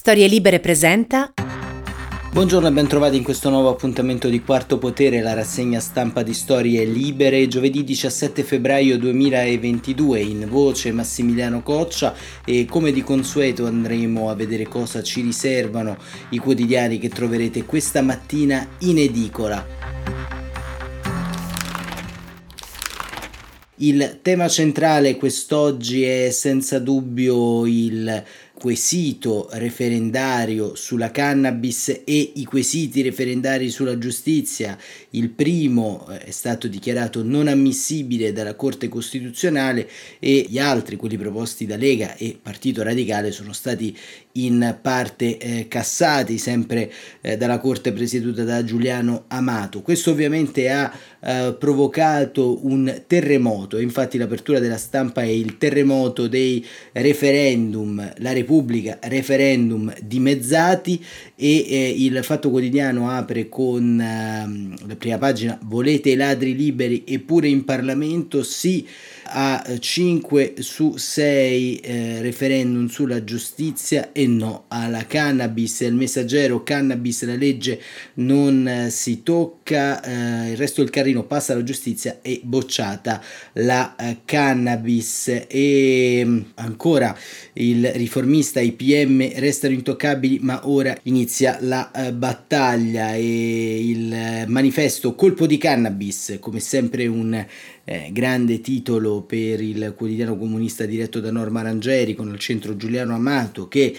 Storie Libere presenta. Buongiorno e bentrovati in questo nuovo appuntamento di Quarto Potere, la rassegna stampa di Storie Libere, giovedì 17 febbraio 2022, in voce Massimiliano Coccia, e come di consueto andremo a vedere cosa ci riservano i quotidiani che troverete questa mattina in edicola. Il tema centrale quest'oggi è senza dubbio il quesito referendario sulla cannabis e i quesiti referendari sulla giustizia. Il primo è stato dichiarato non ammissibile dalla Corte Costituzionale e gli altri, quelli proposti da Lega e Partito Radicale, sono stati in parte cassati sempre dalla Corte presieduta da Giuliano Amato. Questo ovviamente ha provocato un terremoto, infatti l'apertura della stampa è il terremoto dei referendum, la Repubblica referendum dimezzati, e il Fatto Quotidiano apre con la prima pagina: volete i ladri liberi eppure in Parlamento? Sì a 5 su 6 referendum sulla giustizia e no alla cannabis. Il Messaggero: cannabis, la legge non si tocca, il resto del carrino passa alla giustizia e bocciata la cannabis. E ancora il Riformista: i PM restano intoccabili ma ora inizia la battaglia. E il Manifesto: colpo di cannabis, come sempre un grande titolo per il quotidiano comunista diretto da Norma Rangeri, con al centro Giuliano Amato che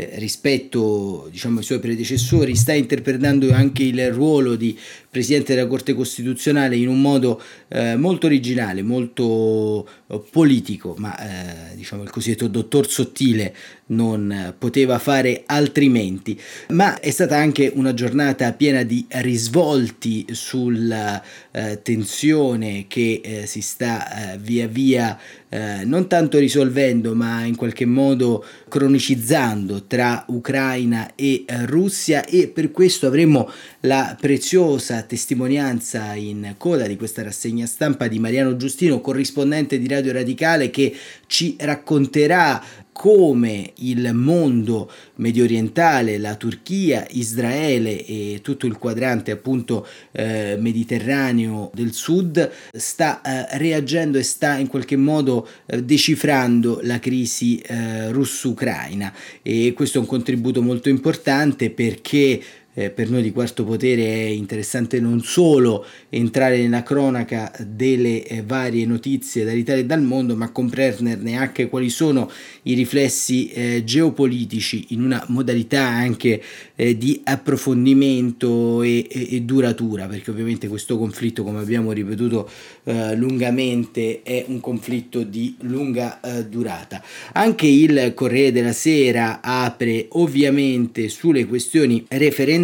rispetto ai suoi predecessori sta interpretando anche il ruolo di Presidente della Corte Costituzionale in un modo molto originale, molto politico, ma il cosiddetto dottor Sottile non poteva fare altrimenti. Ma è stata anche una giornata piena di risvolti sulla tensione che si sta via via non tanto risolvendo ma in qualche modo cronicizzando tra Ucraina e Russia, e per questo avremo la preziosa testimonianza in coda di questa rassegna stampa di Mariano Giustino, corrispondente di Radio Radicale, che ci racconterà come il mondo mediorientale, la Turchia, Israele e tutto il quadrante appunto mediterraneo del sud sta reagendo e sta in qualche modo decifrando la crisi russo-ucraina. E questo è un contributo molto importante perché per noi di Quarto Potere è interessante non solo entrare nella cronaca delle varie notizie dall'Italia e dal mondo, ma comprenderne anche quali sono i riflessi geopolitici in una modalità anche di approfondimento e duratura, perché ovviamente questo conflitto, come abbiamo ripetuto lungamente, è un conflitto di lunga durata. Anche il Corriere della Sera apre ovviamente sulle questioni referendarie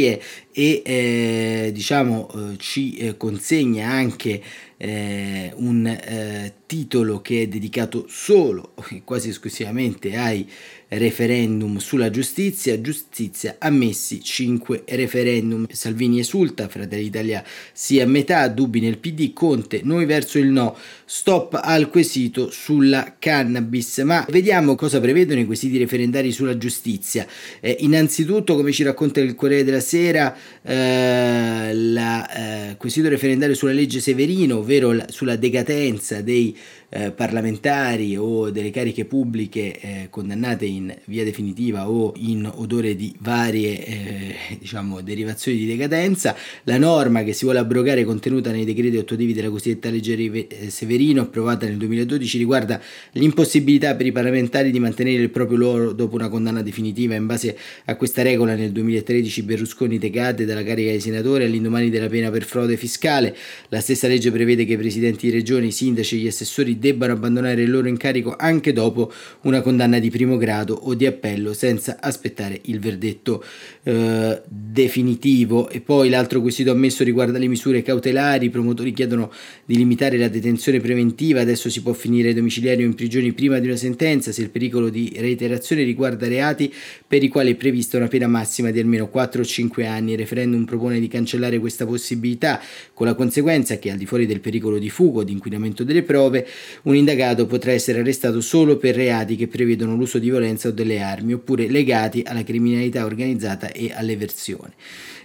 e ci consegna anche un titolo che è dedicato solo e quasi esclusivamente ai referendum sulla giustizia. Ammessi 5 referendum. Salvini esulta, Fratelli d'Italia sì a metà, dubbi nel PD, Conte noi verso il no, stop al quesito sulla cannabis. Ma vediamo cosa prevedono i quesiti referendari sulla giustizia. Innanzitutto, come ci racconta il Corriere della Sera, quesito referendario sulla legge Severino, ovvero sulla decadenza dei parlamentari o delle cariche pubbliche condannate in via definitiva o in odore di varie derivazioni di decadenza. La norma che si vuole abrogare, contenuta nei decreti attuativi della cosiddetta legge Severino approvata nel 2012, riguarda l'impossibilità per i parlamentari di mantenere il proprio ruolo dopo una condanna definitiva. In base a questa regola nel 2013 Berlusconi decadde dalla carica di senatore all'indomani della pena per frode fiscale. La stessa legge prevede che i presidenti di regioni, i sindaci e gli assessori debbano abbandonare il loro incarico anche dopo una condanna di primo grado o di appello, senza aspettare il verdetto definitivo. E poi l'altro quesito ammesso riguarda le misure cautelari. I promotori chiedono di limitare la detenzione preventiva, adesso si può finire ai domiciliari o in prigione prima di una sentenza se il pericolo di reiterazione riguarda reati per i quali è prevista una pena massima di almeno 4 o 5 anni. Il referendum propone di cancellare questa possibilità, con la conseguenza che, al di fuori del pericolo di fuga o di inquinamento delle prove, Un indagato potrà essere arrestato solo per reati che prevedono l'uso di violenza o delle armi, oppure legati alla criminalità organizzata e all'eversione.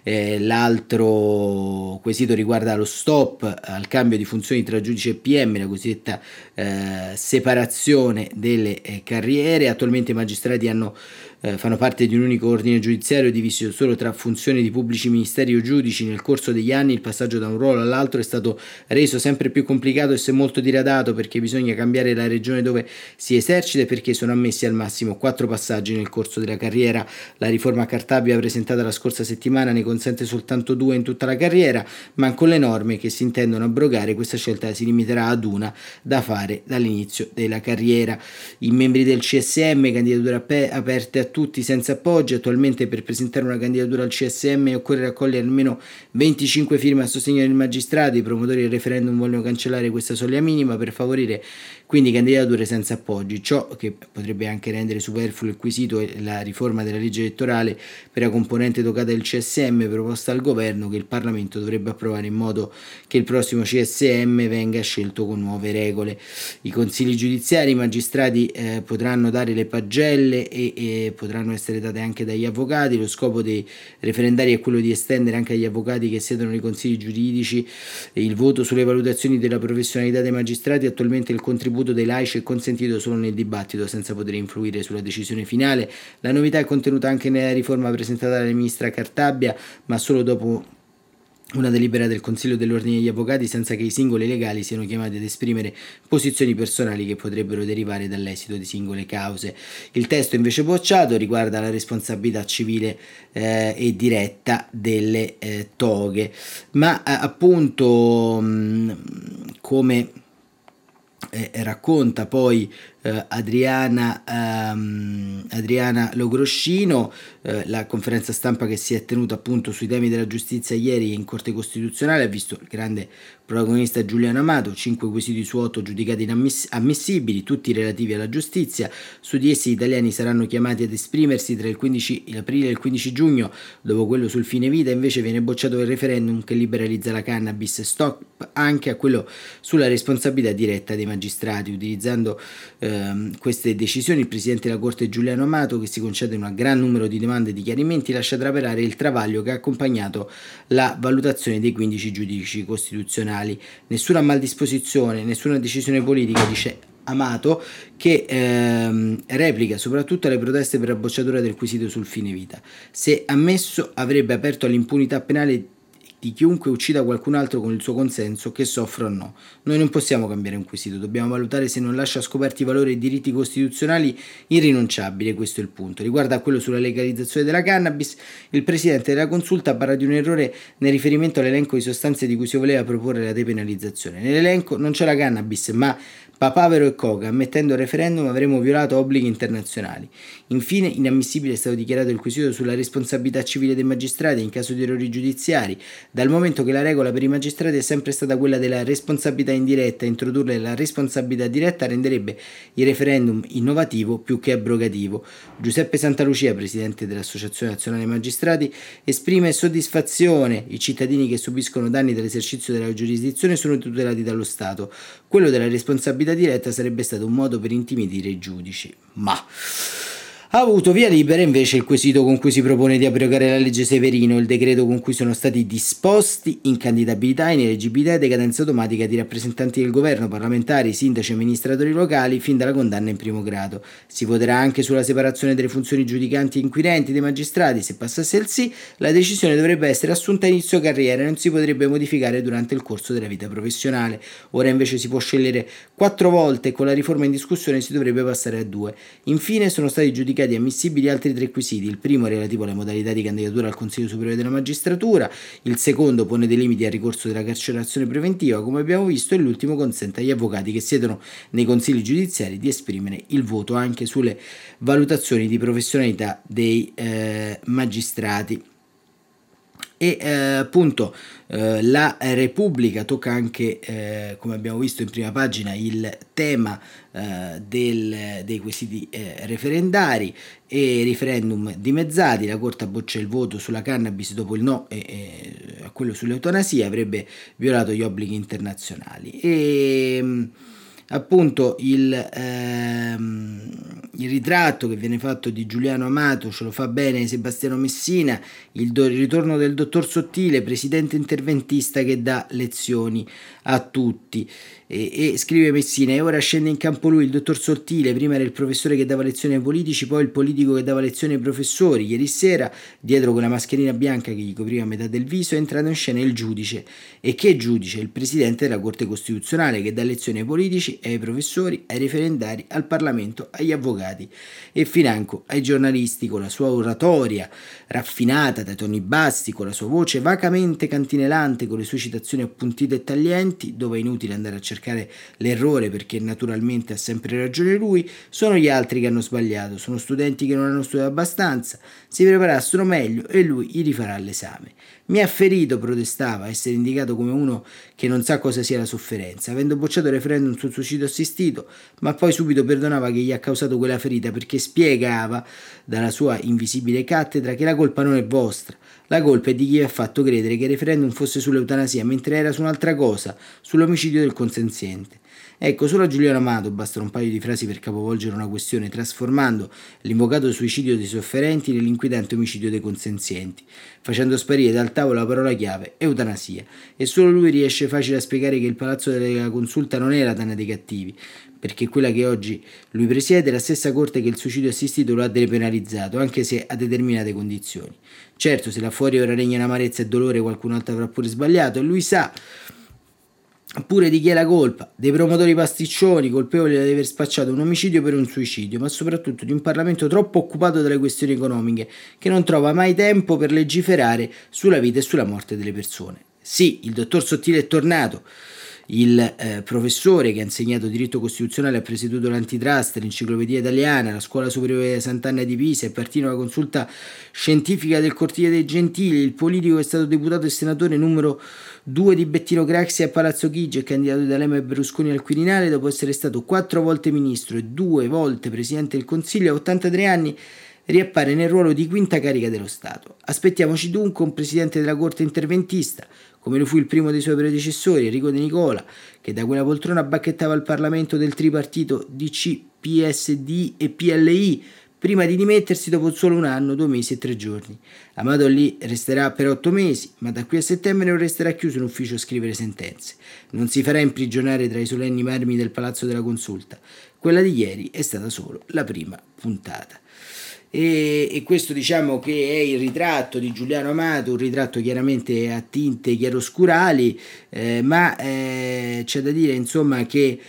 L'altro quesito riguarda lo stop al cambio di funzioni tra giudice e PM, la cosiddetta separazione delle carriere. Attualmente i magistrati fanno parte di un unico ordine giudiziario diviso solo tra funzioni di pubblici ministeri o giudici. Nel corso degli anni il passaggio da un ruolo all'altro è stato reso sempre più complicato e molto diradato, perché bisogna cambiare la regione dove si esercita e perché sono ammessi al massimo 4 passaggi nel corso della carriera. La riforma Cartabia presentata la scorsa settimana ne consente soltanto 2 in tutta la carriera, ma con le norme che si intendono abrogare questa scelta si limiterà ad una da fare dall'inizio della carriera. I membri del CSM, candidature aperte a tutti senza appoggi. Attualmente per presentare una candidatura al CSM occorre raccogliere almeno 25 firme a sostegno del magistrato. I promotori del referendum vogliono cancellare questa soglia minima per favorire quindi candidature senza appoggi, ciò che potrebbe anche rendere superfluo il quesito e la riforma della legge elettorale per la componente toccata del CSM proposta al governo, che il Parlamento dovrebbe approvare in modo che il prossimo CSM venga scelto con nuove regole. I consigli giudiziari, i magistrati potranno dare le pagelle e potranno essere date anche dagli avvocati. Lo scopo dei referendari è quello di estendere anche agli avvocati che siedono nei consigli giuridici il voto sulle valutazioni della professionalità dei magistrati. Attualmente il contributo dei laici è consentito solo nel dibattito, senza poter influire sulla decisione finale. La novità è contenuta anche nella riforma presentata dalla ministra Cartabia, ma solo dopo una delibera del Consiglio dell'Ordine degli Avvocati, senza che i singoli legali siano chiamati ad esprimere posizioni personali che potrebbero derivare dall'esito di singole cause. Il testo invece bocciato riguarda la responsabilità civile e diretta delle toghe, ma appunto come racconta poi Adriana Logroscino, la conferenza stampa che si è tenuta appunto sui temi della giustizia ieri in Corte Costituzionale ha visto il grande protagonista Giuliano Amato, 5 quesiti su 8 giudicati inammissibili, tutti relativi alla giustizia. Su di essi gli italiani saranno chiamati ad esprimersi tra il 15 aprile e il 15 giugno. Dopo quello sul fine vita invece viene bocciato il referendum che liberalizza la cannabis, stop anche a quello sulla responsabilità diretta dei magistrati. Utilizzando queste decisioni, il presidente della Corte Giuliano Amato, che si concede un gran numero di domande e di chiarimenti, lascia trapelare il travaglio che ha accompagnato la valutazione dei 15 giudici costituzionali. Nessuna maldisposizione, nessuna decisione politica, dice Amato, che replica soprattutto alle proteste per la bocciatura del quesito sul fine vita. Se ammesso, avrebbe aperto all'impunità penale di chiunque uccida qualcun altro con il suo consenso, che soffra o no. Noi non possiamo cambiare un quesito, dobbiamo valutare se non lascia scoperti valori e diritti costituzionali irrinunciabili. Questo è il punto. Riguardo a quello sulla legalizzazione della cannabis, il presidente della consulta parla di un errore nel riferimento all'elenco di sostanze di cui si voleva proporre la depenalizzazione. Nell'elenco non c'è la cannabis, ma papavero e coca. Ammettendo il referendum avremmo violato obblighi internazionali. Infine, inammissibile è stato dichiarato il quesito sulla responsabilità civile dei magistrati in caso di errori giudiziari, dal momento che la regola per i magistrati è sempre stata quella della responsabilità indiretta. Introdurre la responsabilità diretta renderebbe il referendum innovativo più che abrogativo. Giuseppe Santalucia, presidente dell'Associazione Nazionale Magistrati, esprime soddisfazione: i cittadini che subiscono danni dall'esercizio della giurisdizione sono tutelati dallo Stato. Quello della responsabilità diretta sarebbe stato un modo per intimidire i giudici. Ma ha avuto via libera invece il quesito con cui si propone di abrogare la legge Severino, il decreto con cui sono stati disposti incandidabilità, ineleggibilità e decadenza automatica di rappresentanti del governo, parlamentari, sindaci e amministratori locali fin dalla condanna in primo grado. Si voterà anche sulla separazione delle funzioni giudicanti e inquirenti dei magistrati. Se passasse il sì, la decisione dovrebbe essere assunta a inizio carriera e non si potrebbe modificare durante il corso della vita professionale. Ora invece si può scegliere 4 volte e con la riforma in discussione si dovrebbe passare a 2. Infine sono stati giudicati ammissibili altri 3 quesiti. Il primo è relativo alle modalità di candidatura al Consiglio Superiore della Magistratura, il secondo pone dei limiti al ricorso della carcerazione preventiva, come abbiamo visto, e l'ultimo consente agli avvocati che siedono nei consigli giudiziari di esprimere il voto anche sulle valutazioni di professionalità dei magistrati. E appunto la Repubblica tocca anche, come abbiamo visto in prima pagina, il tema dei quesiti referendari e referendum dimezzati. La Corte boccia il voto sulla cannabis dopo il no a quello sull'eutanasia, avrebbe violato gli obblighi internazionali. E appunto il ritratto che viene fatto di Giuliano Amato ce lo fa bene Sebastiano Messina, il ritorno del dottor Sottile, presidente interventista che dà lezioni a tutti. E scrive Messina: e ora scende in campo lui, il dottor Sottile. Prima era il professore che dava lezioni ai politici, poi il politico che dava lezioni ai professori. Ieri sera, dietro quella mascherina bianca che gli copriva metà del viso, è entrato in scena il giudice. E che giudice? Il presidente della Corte Costituzionale, che dà lezioni ai politici e ai professori, ai referendari, al Parlamento, agli avvocati e financo ai giornalisti, con la sua oratoria raffinata dai toni bassi, con la sua voce vacamente cantinelante, con le sue citazioni appuntite e taglienti, dove è inutile andare a cercare l'errore perché naturalmente ha sempre ragione lui. Sono gli altri che hanno sbagliato, sono studenti che non hanno studiato abbastanza, si preparassero meglio e lui gli rifarà l'esame. Mi ha ferito, protestava, essere indicato come uno che non sa cosa sia la sofferenza, avendo bocciato il referendum sul suicidio assistito, ma poi subito perdonava che gli ha causato quella ferita perché spiegava dalla sua invisibile cattedra che la colpa non è vostra, la colpa è di chi vi ha fatto credere che il referendum fosse sull'eutanasia mentre era su un'altra cosa, sull'omicidio del consenziente. Ecco, solo a Giuliano Amato bastano un paio di frasi per capovolgere una questione, trasformando l'invocato suicidio dei sofferenti nell'inquietante omicidio dei consenzienti, facendo sparire dal tavolo la parola chiave eutanasia. E solo lui riesce facile a spiegare che il palazzo della consulta non è la tana dei cattivi, perché quella che oggi lui presiede è la stessa corte che il suicidio assistito lo ha depenalizzato, anche se a determinate condizioni. Certo, se là fuori ora regna amarezza e dolore, qualcun altro avrà pure sbagliato, e lui sa pure di chi è la colpa, dei promotori pasticcioni colpevoli di aver spacciato un omicidio per un suicidio, ma soprattutto di un Parlamento troppo occupato dalle questioni economiche, che non trova mai tempo per legiferare sulla vita e sulla morte delle persone. Sì, il dottor Sottile è tornato, il professore che ha insegnato diritto costituzionale, ha presieduto l'antitrust, l'enciclopedia italiana, la scuola superiore Sant'Anna di Pisa, è partito alla consulta scientifica del Cortile dei Gentili, il politico che è stato deputato e senatore numero 2 di Bettino Craxi a Palazzo Chigi, è candidato da D'Alema e Berlusconi al Quirinale dopo essere stato 4 volte ministro e 2 volte presidente del Consiglio a 83 anni, riappare nel ruolo di quinta carica dello Stato. Aspettiamoci dunque un presidente della Corte interventista, come lo fu il primo dei suoi predecessori, Enrico De Nicola, che da quella poltrona bacchettava il Parlamento del tripartito DC, PSD e PLI, prima di dimettersi dopo solo un anno, 2 mesi e 3 giorni. Amato lì resterà per 8 mesi, ma da qui a settembre non resterà chiuso in ufficio a scrivere sentenze. Non si farà imprigionare tra i solenni marmi del Palazzo della Consulta. Quella di ieri è stata solo la prima puntata. E questo diciamo che è il ritratto di Giuliano Amato, un ritratto chiaramente a tinte chiaroscurali, ma c'è da dire insomma che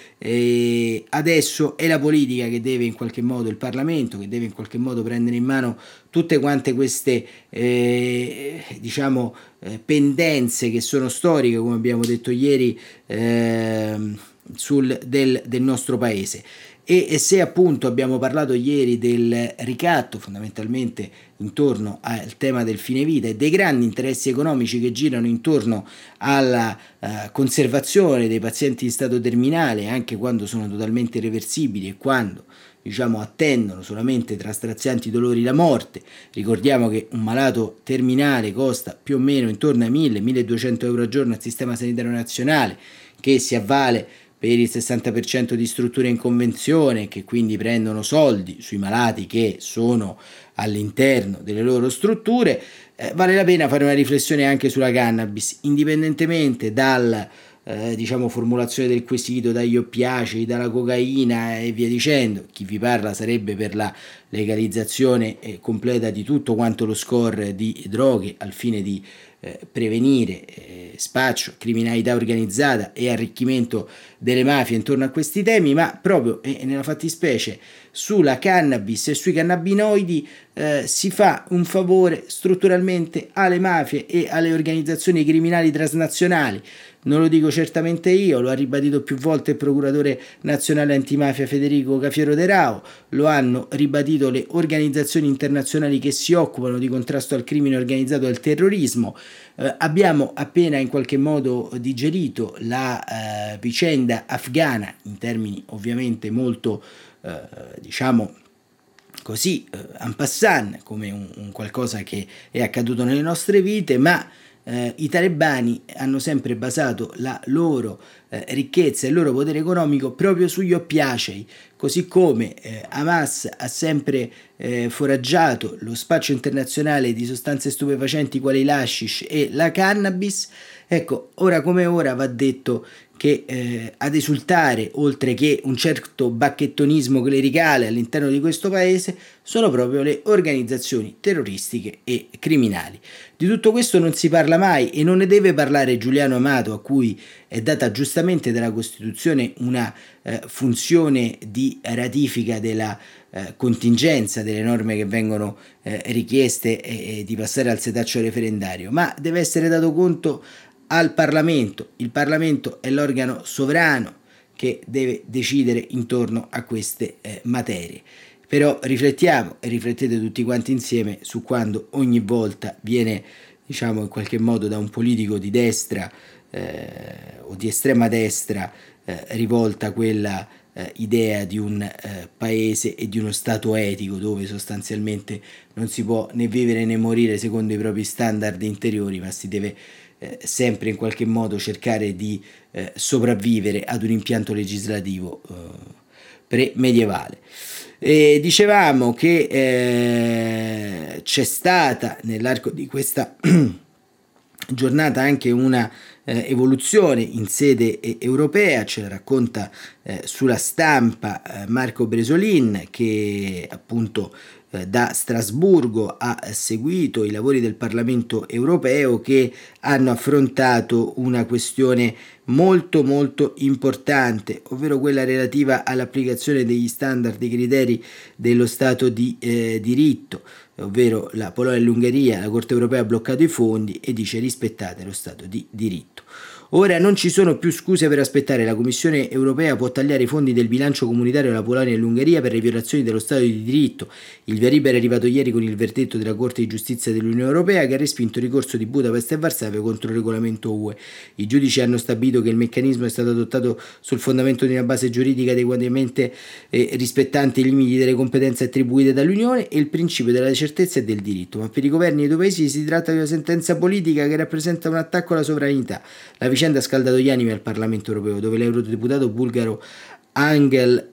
adesso è la politica che deve in qualche modo, il Parlamento che deve in qualche modo prendere in mano tutte quante queste pendenze che sono storiche, come abbiamo detto ieri, del nostro paese. E se appunto abbiamo parlato ieri del ricatto fondamentalmente intorno al tema del fine vita e dei grandi interessi economici che girano intorno alla conservazione dei pazienti in stato terminale, anche quando sono totalmente irreversibili e quando attendono solamente tra strazianti dolori la morte. Ricordiamo che un malato terminale costa più o meno intorno ai 1.000-1.200 euro al giorno al Sistema Sanitario Nazionale, che si avvale per il 60% di strutture in convenzione, che quindi prendono soldi sui malati che sono all'interno delle loro strutture. Vale la pena fare una riflessione anche sulla cannabis, indipendentemente dal formulazione del quesito, dagli oppiacei, dalla cocaina e via dicendo. Chi vi parla sarebbe per la legalizzazione completa di tutto quanto lo score di droghe al fine di prevenire spaccio, criminalità organizzata e arricchimento delle mafie intorno a questi temi, ma proprio nella fattispecie sulla cannabis e sui cannabinoidi si fa un favore strutturalmente alle mafie e alle organizzazioni criminali transnazionali. Non lo dico certamente io, lo ha ribadito più volte il procuratore nazionale antimafia Federico Cafiero De Rao, lo hanno ribadito le organizzazioni internazionali che si occupano di contrasto al crimine organizzato e al terrorismo. Abbiamo appena in qualche modo digerito la vicenda afghana in termini ovviamente molto en passant, come un qualcosa che è accaduto nelle nostre vite, ma I talebani hanno sempre basato la loro ricchezza e il loro potere economico proprio sugli oppiacei, così come Hamas ha sempre foraggiato lo spaccio internazionale di sostanze stupefacenti quali l'hashish e la cannabis. Ecco, ora come ora va detto che ad esultare, oltre che un certo bacchettonismo clericale all'interno di questo paese, sono proprio le organizzazioni terroristiche e criminali. Di tutto questo non si parla mai e non ne deve parlare Giuliano Amato, a cui è data giustamente dalla Costituzione una funzione di ratifica della contingenza delle norme che vengono richieste e di passare al setaccio referendario, ma deve essere dato conto al Parlamento. Il Parlamento è l'organo sovrano che deve decidere intorno a queste materie. Però riflettiamo e riflettete tutti quanti insieme su quando ogni volta viene, diciamo, in qualche modo da un politico di destra o di estrema destra rivolta quella idea di un paese e di uno stato etico dove sostanzialmente non si può né vivere né morire secondo i propri standard interiori, ma si deve sempre in qualche modo cercare di sopravvivere ad un impianto legislativo pre-medievale. Dicevamo che c'è stata nell'arco di questa giornata anche una evoluzione in sede europea, ce la racconta sulla stampa Marco Bresolin, che appunto da Strasburgo ha seguito i lavori del Parlamento europeo, che hanno affrontato una questione molto importante, ovvero quella relativa all'applicazione degli standard e criteri dello Stato di diritto, ovvero la Polonia e l'Ungheria. La Corte europea ha bloccato i fondi e dice rispettate lo Stato di diritto. Ora non ci sono più scuse per aspettare, la Commissione europea può tagliare i fondi del bilancio comunitario alla Polonia e all'Ungheria per le violazioni dello Stato di diritto. Il via libera è arrivato ieri con il verdetto della Corte di Giustizia dell'Unione Europea, che ha respinto il ricorso di Budapest e Varsavia contro il regolamento UE. I giudici hanno stabilito che il meccanismo è stato adottato sul fondamento di una base giuridica adeguatamente rispettante i limiti delle competenze attribuite dall'Unione e il principio della certezza e del diritto, ma per i governi dei due paesi si tratta di una sentenza politica che rappresenta un attacco alla sovranità. La vicenda ha scaldato gli animi al Parlamento europeo, dove l'eurodeputato bulgaro Angel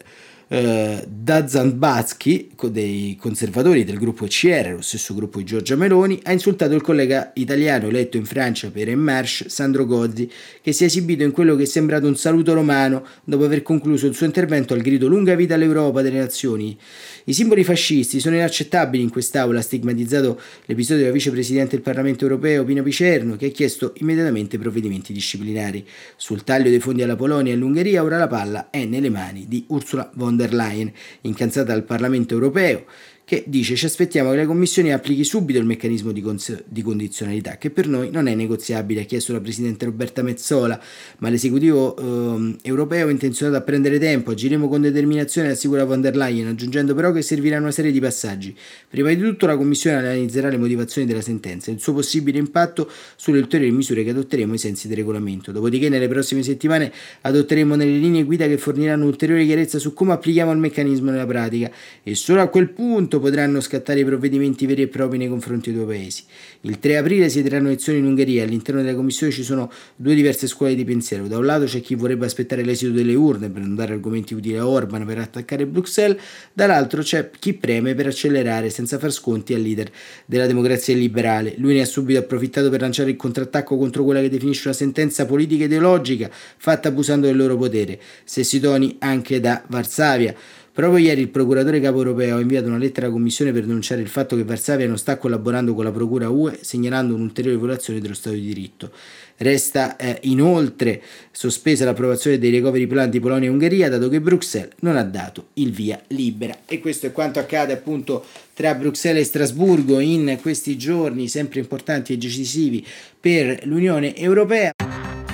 Dzhambazki, dei conservatori del gruppo ECR, lo stesso gruppo di Giorgia Meloni, ha insultato il collega italiano eletto in Francia per En Marche, Sandro Gozzi, che si è esibito in quello che è sembrato un saluto romano dopo aver concluso il suo intervento al grido "Lunga vita all'Europa delle nazioni". I simboli fascisti sono inaccettabili in quest'aula, ha stigmatizzato l'episodio della vicepresidente del Parlamento europeo Pino Picerno, che ha chiesto immediatamente provvedimenti disciplinari. Sul taglio dei fondi alla Polonia e all'Ungheria ora la palla è nelle mani di Ursula von der Leyen, incansata dal Parlamento europeo, che dice: ci aspettiamo che la Commissione applichi subito il meccanismo di condizionalità, che per noi non è negoziabile, ha chiesto la Presidente Roberta Metsola, ma l'esecutivo europeo è intenzionato a prendere tempo, agiremo con determinazione, assicura von der Leyen, aggiungendo però che servirà una serie di passaggi. Prima di tutto la Commissione analizzerà le motivazioni della sentenza e il suo possibile impatto sulle ulteriori misure che adotteremo ai sensi del regolamento. Dopodiché nelle prossime settimane adotteremo nelle linee guida che forniranno ulteriore chiarezza su come applichiamo il meccanismo nella pratica e solo a quel punto potranno scattare i provvedimenti veri e propri nei confronti dei due paesi. Il 3 aprile si terranno elezioni in Ungheria. All'interno della Commissione ci sono due diverse scuole di pensiero. Da un lato c'è chi vorrebbe aspettare l'esito delle urne per non dare argomenti utili a Orban per attaccare Bruxelles, dall'altro c'è chi preme per accelerare senza far sconti al leader della democrazia liberale. Lui ne ha subito approfittato per lanciare il contrattacco contro quella che definisce una sentenza politica ideologica fatta abusando del loro potere, se si toni anche da Varsavia. Proprio ieri il procuratore capo europeo ha inviato una lettera alla Commissione per denunciare il fatto che Varsavia non sta collaborando con la Procura UE, segnalando un'ulteriore violazione dello Stato di diritto. Resta inoltre sospesa l'approvazione dei recovery plan di Polonia e Ungheria, dato che Bruxelles non ha dato il via libera. E questo è quanto accade appunto tra Bruxelles e Strasburgo in questi giorni sempre importanti e decisivi per l'Unione Europea.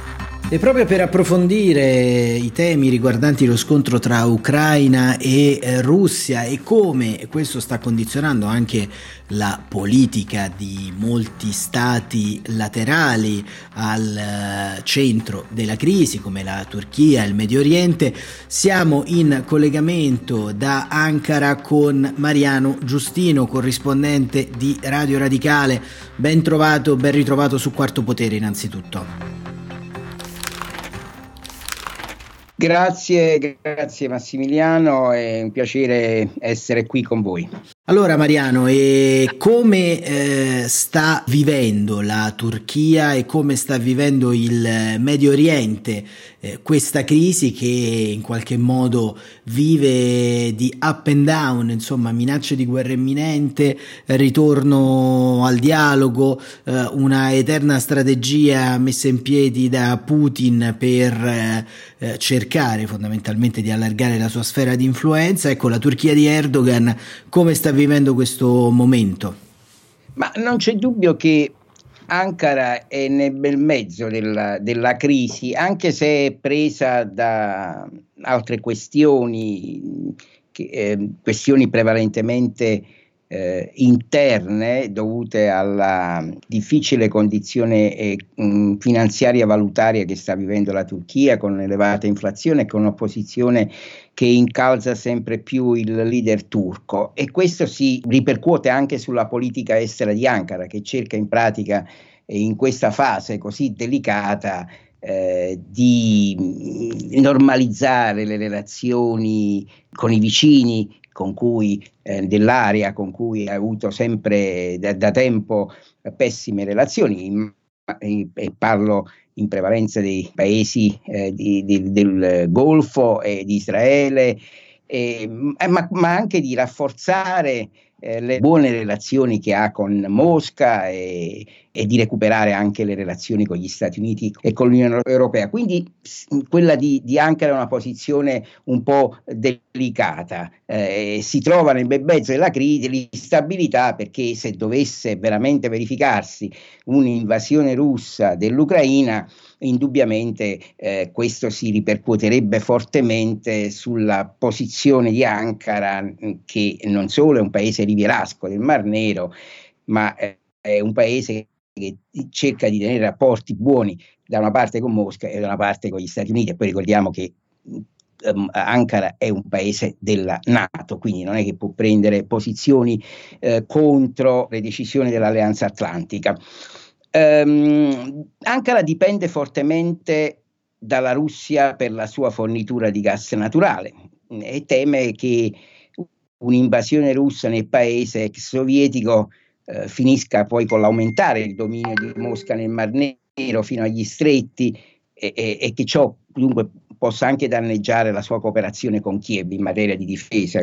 E proprio per approfondire i temi riguardanti lo scontro tra Ucraina e Russia e come questo sta condizionando anche la politica di molti stati laterali al centro della crisi, come la Turchia e il Medio Oriente, siamo in collegamento da Ankara con Mariano Giustino, corrispondente di Radio Radicale. Ben trovato, ben ritrovato su Quarto Potere innanzitutto. Grazie Massimiliano, è un piacere essere qui con voi. Allora Mariano, e come sta vivendo la Turchia e come sta vivendo il Medio Oriente questa crisi che in qualche modo vive di up and down, insomma minacce di guerra imminente, ritorno al dialogo, una eterna strategia messa in piedi da Putin per cercare fondamentalmente di allargare la sua sfera di influenza. Ecco, la Turchia di Erdogan come sta vivendo questo momento? Ma non c'è dubbio che Ankara è nel bel mezzo della crisi, anche se è presa da altre questioni, questioni prevalentemente interne, dovute alla difficile condizione finanziaria valutaria che sta vivendo la Turchia, con un'elevata inflazione e con un'opposizione che incalza sempre più il leader turco, e questo si ripercuote anche sulla politica estera di Ankara, che cerca in pratica in questa fase così delicata di normalizzare le relazioni con i vicini con cui dell'area con cui ha avuto sempre da tempo pessime relazioni, e parlo in prevalenza dei paesi del Golfo e di Israele, ma anche di rafforzare le buone relazioni che ha con Mosca e di recuperare anche le relazioni con gli Stati Uniti e con l'Unione Europea. Quindi quella di Ankara è una posizione un po' delicata, si trova nel bel mezzo della crisi, dell'instabilità, perché se dovesse veramente verificarsi un'invasione russa dell'Ucraina, indubbiamente questo si ripercuoterebbe fortemente sulla posizione di Ankara, che non solo è un paese rivierasco del Mar Nero, ma è un paese che cerca di tenere rapporti buoni da una parte con Mosca e da una parte con gli Stati Uniti. E poi ricordiamo che Ankara è un paese della NATO, quindi non è che può prendere posizioni contro le decisioni dell'Alleanza Atlantica. Ankara dipende fortemente dalla Russia per la sua fornitura di gas naturale e teme che un'invasione russa nel paese ex sovietico finisca poi con l'aumentare il dominio di Mosca nel Mar Nero fino agli stretti, e che ciò dunque possa anche danneggiare la sua cooperazione con Kiev in materia di difesa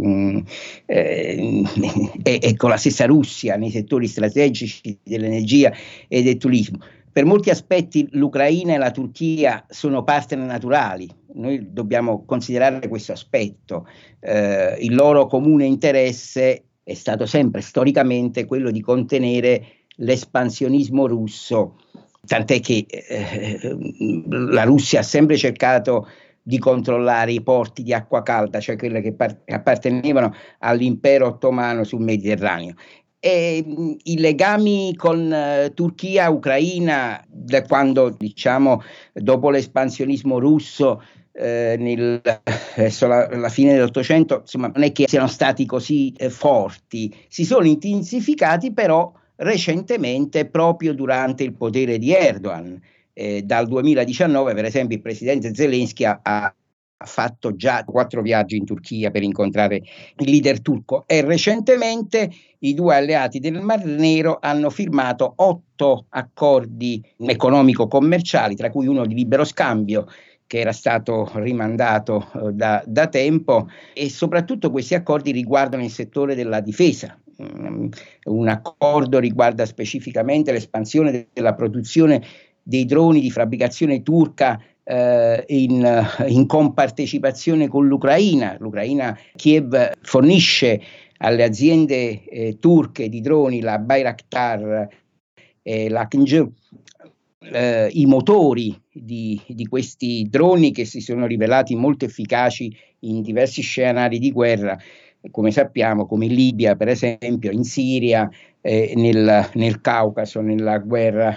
e con la stessa Russia nei settori strategici dell'energia e del turismo. Per molti aspetti l'Ucraina e la Turchia sono partner naturali, noi dobbiamo considerare questo aspetto. Il loro comune interesse è stato sempre storicamente quello di contenere l'espansionismo russo, tant'è che la Russia ha sempre cercato di controllare i porti di acqua calda, cioè quelle che appartenevano all'impero ottomano sul Mediterraneo. E i legami con Turchia, Ucraina, da quando, diciamo, dopo l'espansionismo russo verso la fine dell'Ottocento, insomma, non è che siano stati così forti, si sono intensificati però recentemente, proprio durante il potere di Erdogan. Dal 2019, per esempio, il presidente Zelensky ha fatto già 4 viaggi in Turchia per incontrare il leader turco, e recentemente i due alleati del Mar Nero hanno firmato 8 accordi economico-commerciali, tra cui uno di libero scambio che era stato rimandato da tempo, e soprattutto questi accordi riguardano il settore della difesa. Un accordo riguarda specificamente l'espansione della produzione dei droni di fabbricazione turca in compartecipazione con l'Ucraina. Kiev fornisce alle aziende turche di droni, la Bayraktar e la Kinjal, i motori di questi droni, che si sono rivelati molto efficaci in diversi scenari di guerra, come sappiamo, come in Libia per esempio, in Siria, nel Caucaso, nella guerra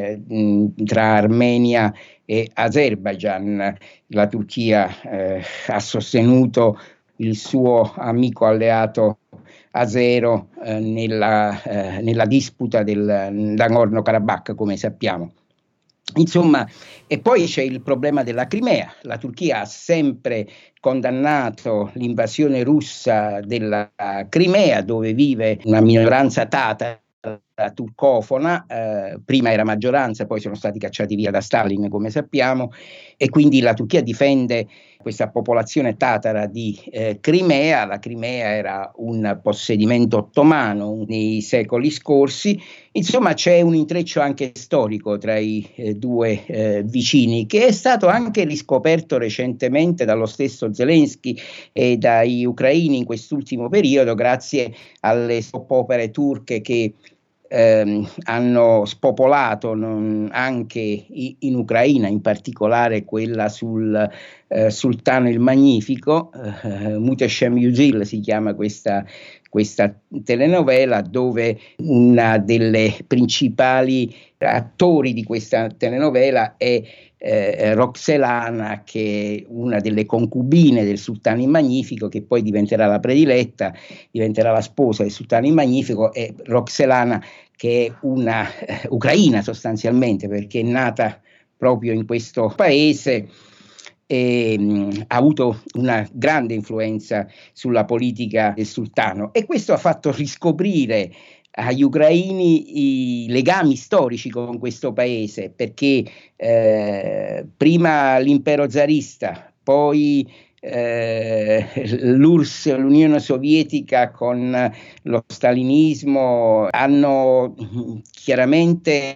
tra Armenia e Azerbaijan. La Turchia ha sostenuto il suo amico alleato azero nella disputa del Nagorno-Karabakh, come sappiamo. Insomma, e poi c'è il problema della Crimea. La Turchia ha sempre condannato l'invasione russa della Crimea, dove vive una minoranza tatara turcofona, prima era maggioranza, poi sono stati cacciati via da Stalin, come sappiamo, e quindi la Turchia difende questa popolazione tatara di Crimea. La Crimea era un possedimento ottomano nei secoli scorsi. Insomma, c'è un intreccio anche storico tra i due vicini, che è stato anche riscoperto recentemente dallo stesso Zelensky e dai ucraini in quest'ultimo periodo, grazie alle soppopere turche che hanno spopolato anche in Ucraina, in particolare quella sul Sultano il Magnifico. Muhteşem Yüzyıl si chiama questa telenovela, dove una delle principali attori di questa telenovela è Roxelana, che è una delle concubine del Sultano il Magnifico, che poi diventerà la prediletta, diventerà la sposa del Sultano il Magnifico. E Roxelana, che è una ucraina sostanzialmente, perché è nata proprio in questo paese, ha avuto una grande influenza sulla politica del sultano, e questo ha fatto riscoprire agli ucraini i legami storici con questo paese, perché prima l'impero zarista, poi l'URSS, l'Unione Sovietica con lo stalinismo hanno chiaramente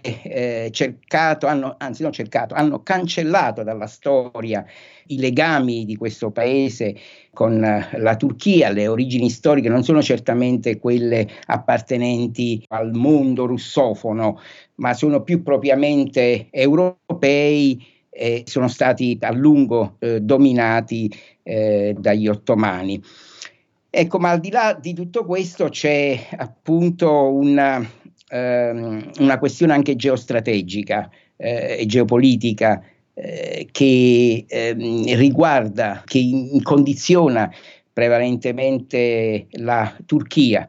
hanno cancellato dalla storia i legami di questo paese con la Turchia. Le origini storiche non sono certamente quelle appartenenti al mondo russofono, ma sono più propriamente europei, e sono stati a lungo dominati dagli ottomani. Ecco, ma al di là di tutto questo c'è appunto una questione anche geostrategica e geopolitica che riguarda, che condiziona prevalentemente la Turchia,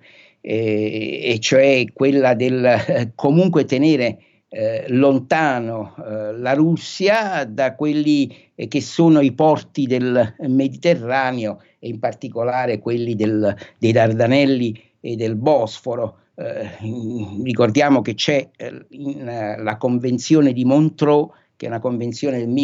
e cioè quella del comunque tenere lontano la Russia da quelli che sono i porti del Mediterraneo, e in particolare quelli dei Dardanelli e del Bosforo. Ricordiamo che c'è la Convenzione di Montreux, che è una convenzione del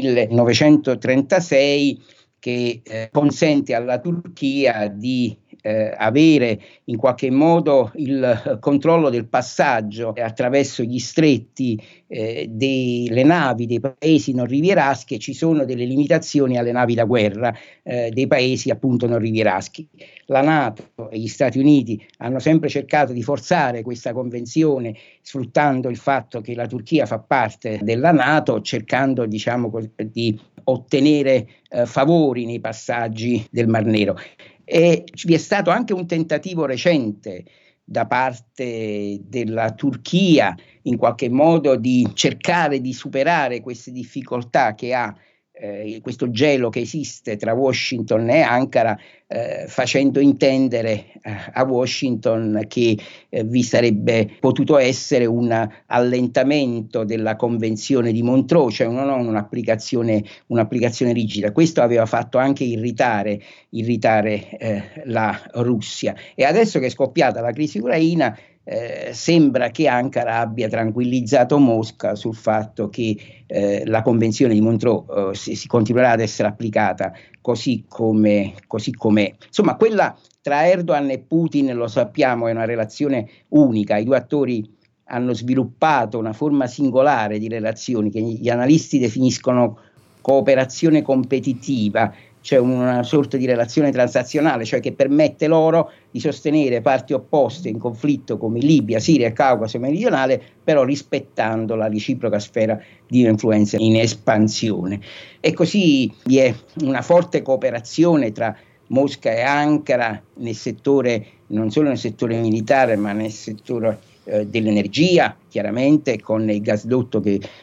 1936, che consente alla Turchia di avere in qualche modo il controllo del passaggio attraverso gli stretti delle navi dei paesi non rivieraschi, e ci sono delle limitazioni alle navi da guerra dei paesi appunto non rivieraschi. La NATO e gli Stati Uniti hanno sempre cercato di forzare questa convenzione, sfruttando il fatto che la Turchia fa parte della NATO, cercando, diciamo, di ottenere favori nei passaggi del Mar Nero. E vi è stato anche un tentativo recente da parte della Turchia in qualche modo di cercare di superare queste difficoltà che ha questo gelo che esiste tra Washington e Ankara, facendo intendere a Washington che vi sarebbe potuto essere un allentamento della Convenzione di Montreux, cioè non un'applicazione rigida. Questo aveva fatto anche irritare la Russia, e adesso che è scoppiata la crisi ucraina, sembra che Ankara abbia tranquillizzato Mosca sul fatto che la Convenzione di Montreux si continuerà ad essere applicata così come. Insomma, quella tra Erdogan e Putin, lo sappiamo, è una relazione unica. I due attori hanno sviluppato una forma singolare di relazioni che gli analisti definiscono cooperazione competitiva, c'è una sorta di relazione transazionale, cioè che permette loro di sostenere parti opposte in conflitto come Libia, Siria e Caucaso meridionale, però rispettando la reciproca sfera di influenza in espansione. E così vi è una forte cooperazione tra Mosca e Ankara nel settore, non solo nel settore militare, ma nel settore dell'energia, chiaramente, con il gasdotto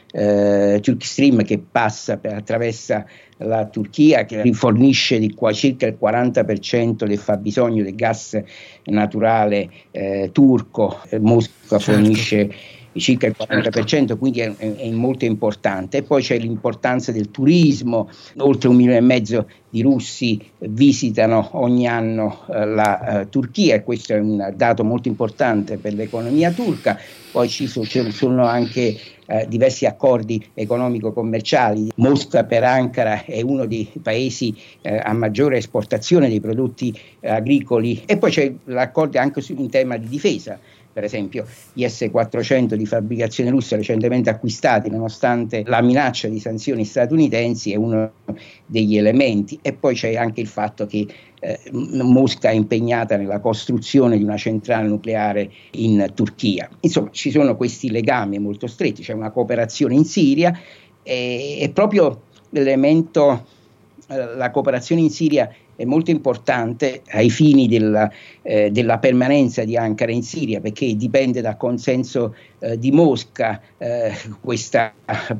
Turk Stream, che attraversa la Turchia, che rifornisce di qua circa il 40% del fabbisogno del gas naturale turco. Mosca fornisce circa il 40%, quindi è molto importante. E poi c'è l'importanza del turismo: oltre 1,5 milioni di russi visitano ogni anno la Turchia, e questo è un dato molto importante per l'economia turca. Poi ci sono anche diversi accordi economico-commerciali. Mosca per Ankara è uno dei paesi a maggiore esportazione dei prodotti agricoli, e poi c'è l'accordo anche in tema di difesa. Per esempio gli S-400 di fabbricazione russa recentemente acquistati, nonostante la minaccia di sanzioni statunitensi, è uno degli elementi. E poi c'è anche il fatto che Mosca è impegnata nella costruzione di una centrale nucleare in Turchia. Insomma, ci sono questi legami molto stretti, c'è una cooperazione in Siria, e proprio l'elemento, la cooperazione in Siria è molto importante ai fini della permanenza di Ankara in Siria, perché dipende dal consenso di Mosca questa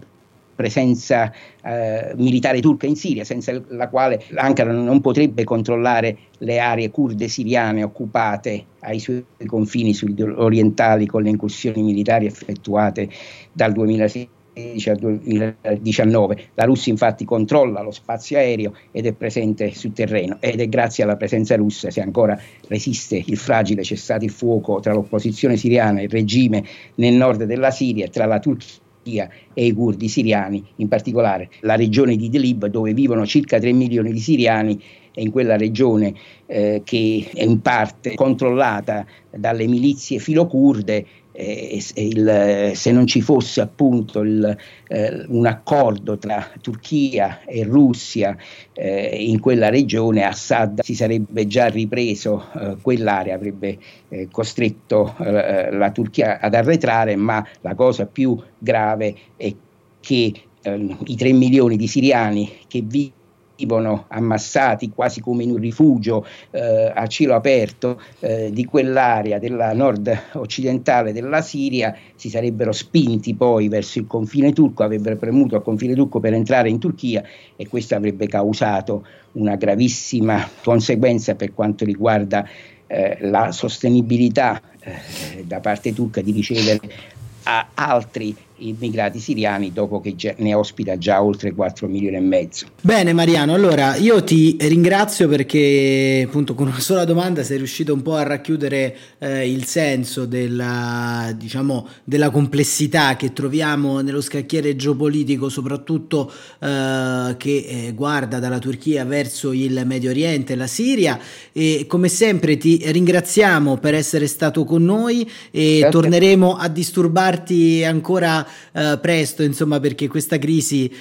presenza militare turca in Siria, senza la quale Ankara non potrebbe controllare le aree curde siriane occupate ai suoi confini orientali, con le incursioni militari effettuate dal 2016 al 2019. La Russia infatti controlla lo spazio aereo ed è presente sul terreno, ed è grazie alla presenza russa se ancora resiste il fragile cessate il fuoco tra l'opposizione siriana e il regime nel nord della Siria, tra la Turchia e i curdi siriani, in particolare la regione di Idlib, dove vivono circa 3 milioni di siriani. E in quella regione che è in parte controllata dalle milizie filocurde, se non ci fosse appunto un accordo tra Turchia e Russia in quella regione, Assad si sarebbe già ripreso quell'area, avrebbe costretto la Turchia ad arretrare. Ma la cosa più grave è che i 3 milioni di siriani che vivono ammassati quasi come in un rifugio a cielo aperto di quell'area della nord occidentale della Siria si sarebbero spinti poi verso il confine turco, avrebbero premuto al confine turco per entrare in Turchia, e questo avrebbe causato una gravissima conseguenza per quanto riguarda la sostenibilità da parte turca di ricevere a altri immigrati siriani, dopo che ne ospita già oltre 4 milioni e mezzo. Bene Mariano, allora io ti ringrazio perché appunto con una sola domanda sei riuscito un po' a racchiudere il senso della complessità che troviamo nello scacchiere geopolitico, soprattutto che guarda dalla Turchia verso il Medio Oriente e la Siria. E come sempre ti ringraziamo per essere stato con noi, e Grazie. Torneremo a disturbarti ancora presto, insomma, perché questa crisi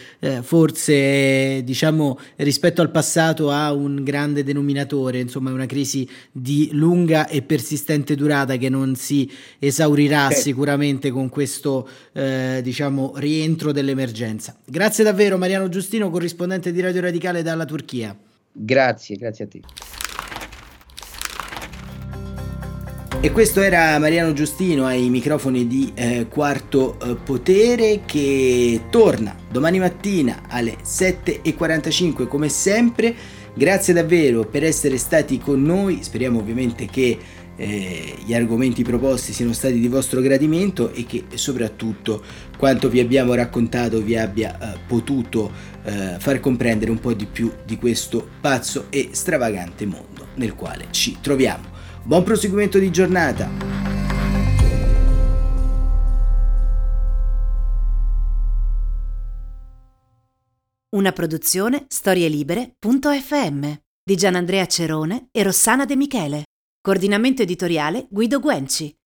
forse rispetto al passato ha un grande denominatore, insomma è una crisi di lunga e persistente durata che non si esaurirà sicuramente con questo rientro dell'emergenza. Grazie davvero Mariano Giustino, corrispondente di Radio Radicale dalla Turchia. Grazie a te. E questo era Mariano Giustino ai microfoni di Quarto Potere, che torna domani mattina alle 7:45 come sempre. Grazie davvero per essere stati con noi, speriamo ovviamente che gli argomenti proposti siano stati di vostro gradimento e che soprattutto quanto vi abbiamo raccontato vi abbia potuto far comprendere un po' di più di questo pazzo e stravagante mondo nel quale ci troviamo. Buon proseguimento di giornata. Una produzione storielibere.fm di Gianandrea Cerone e Rossana De Michele. Coordinamento editoriale Guido Guenci.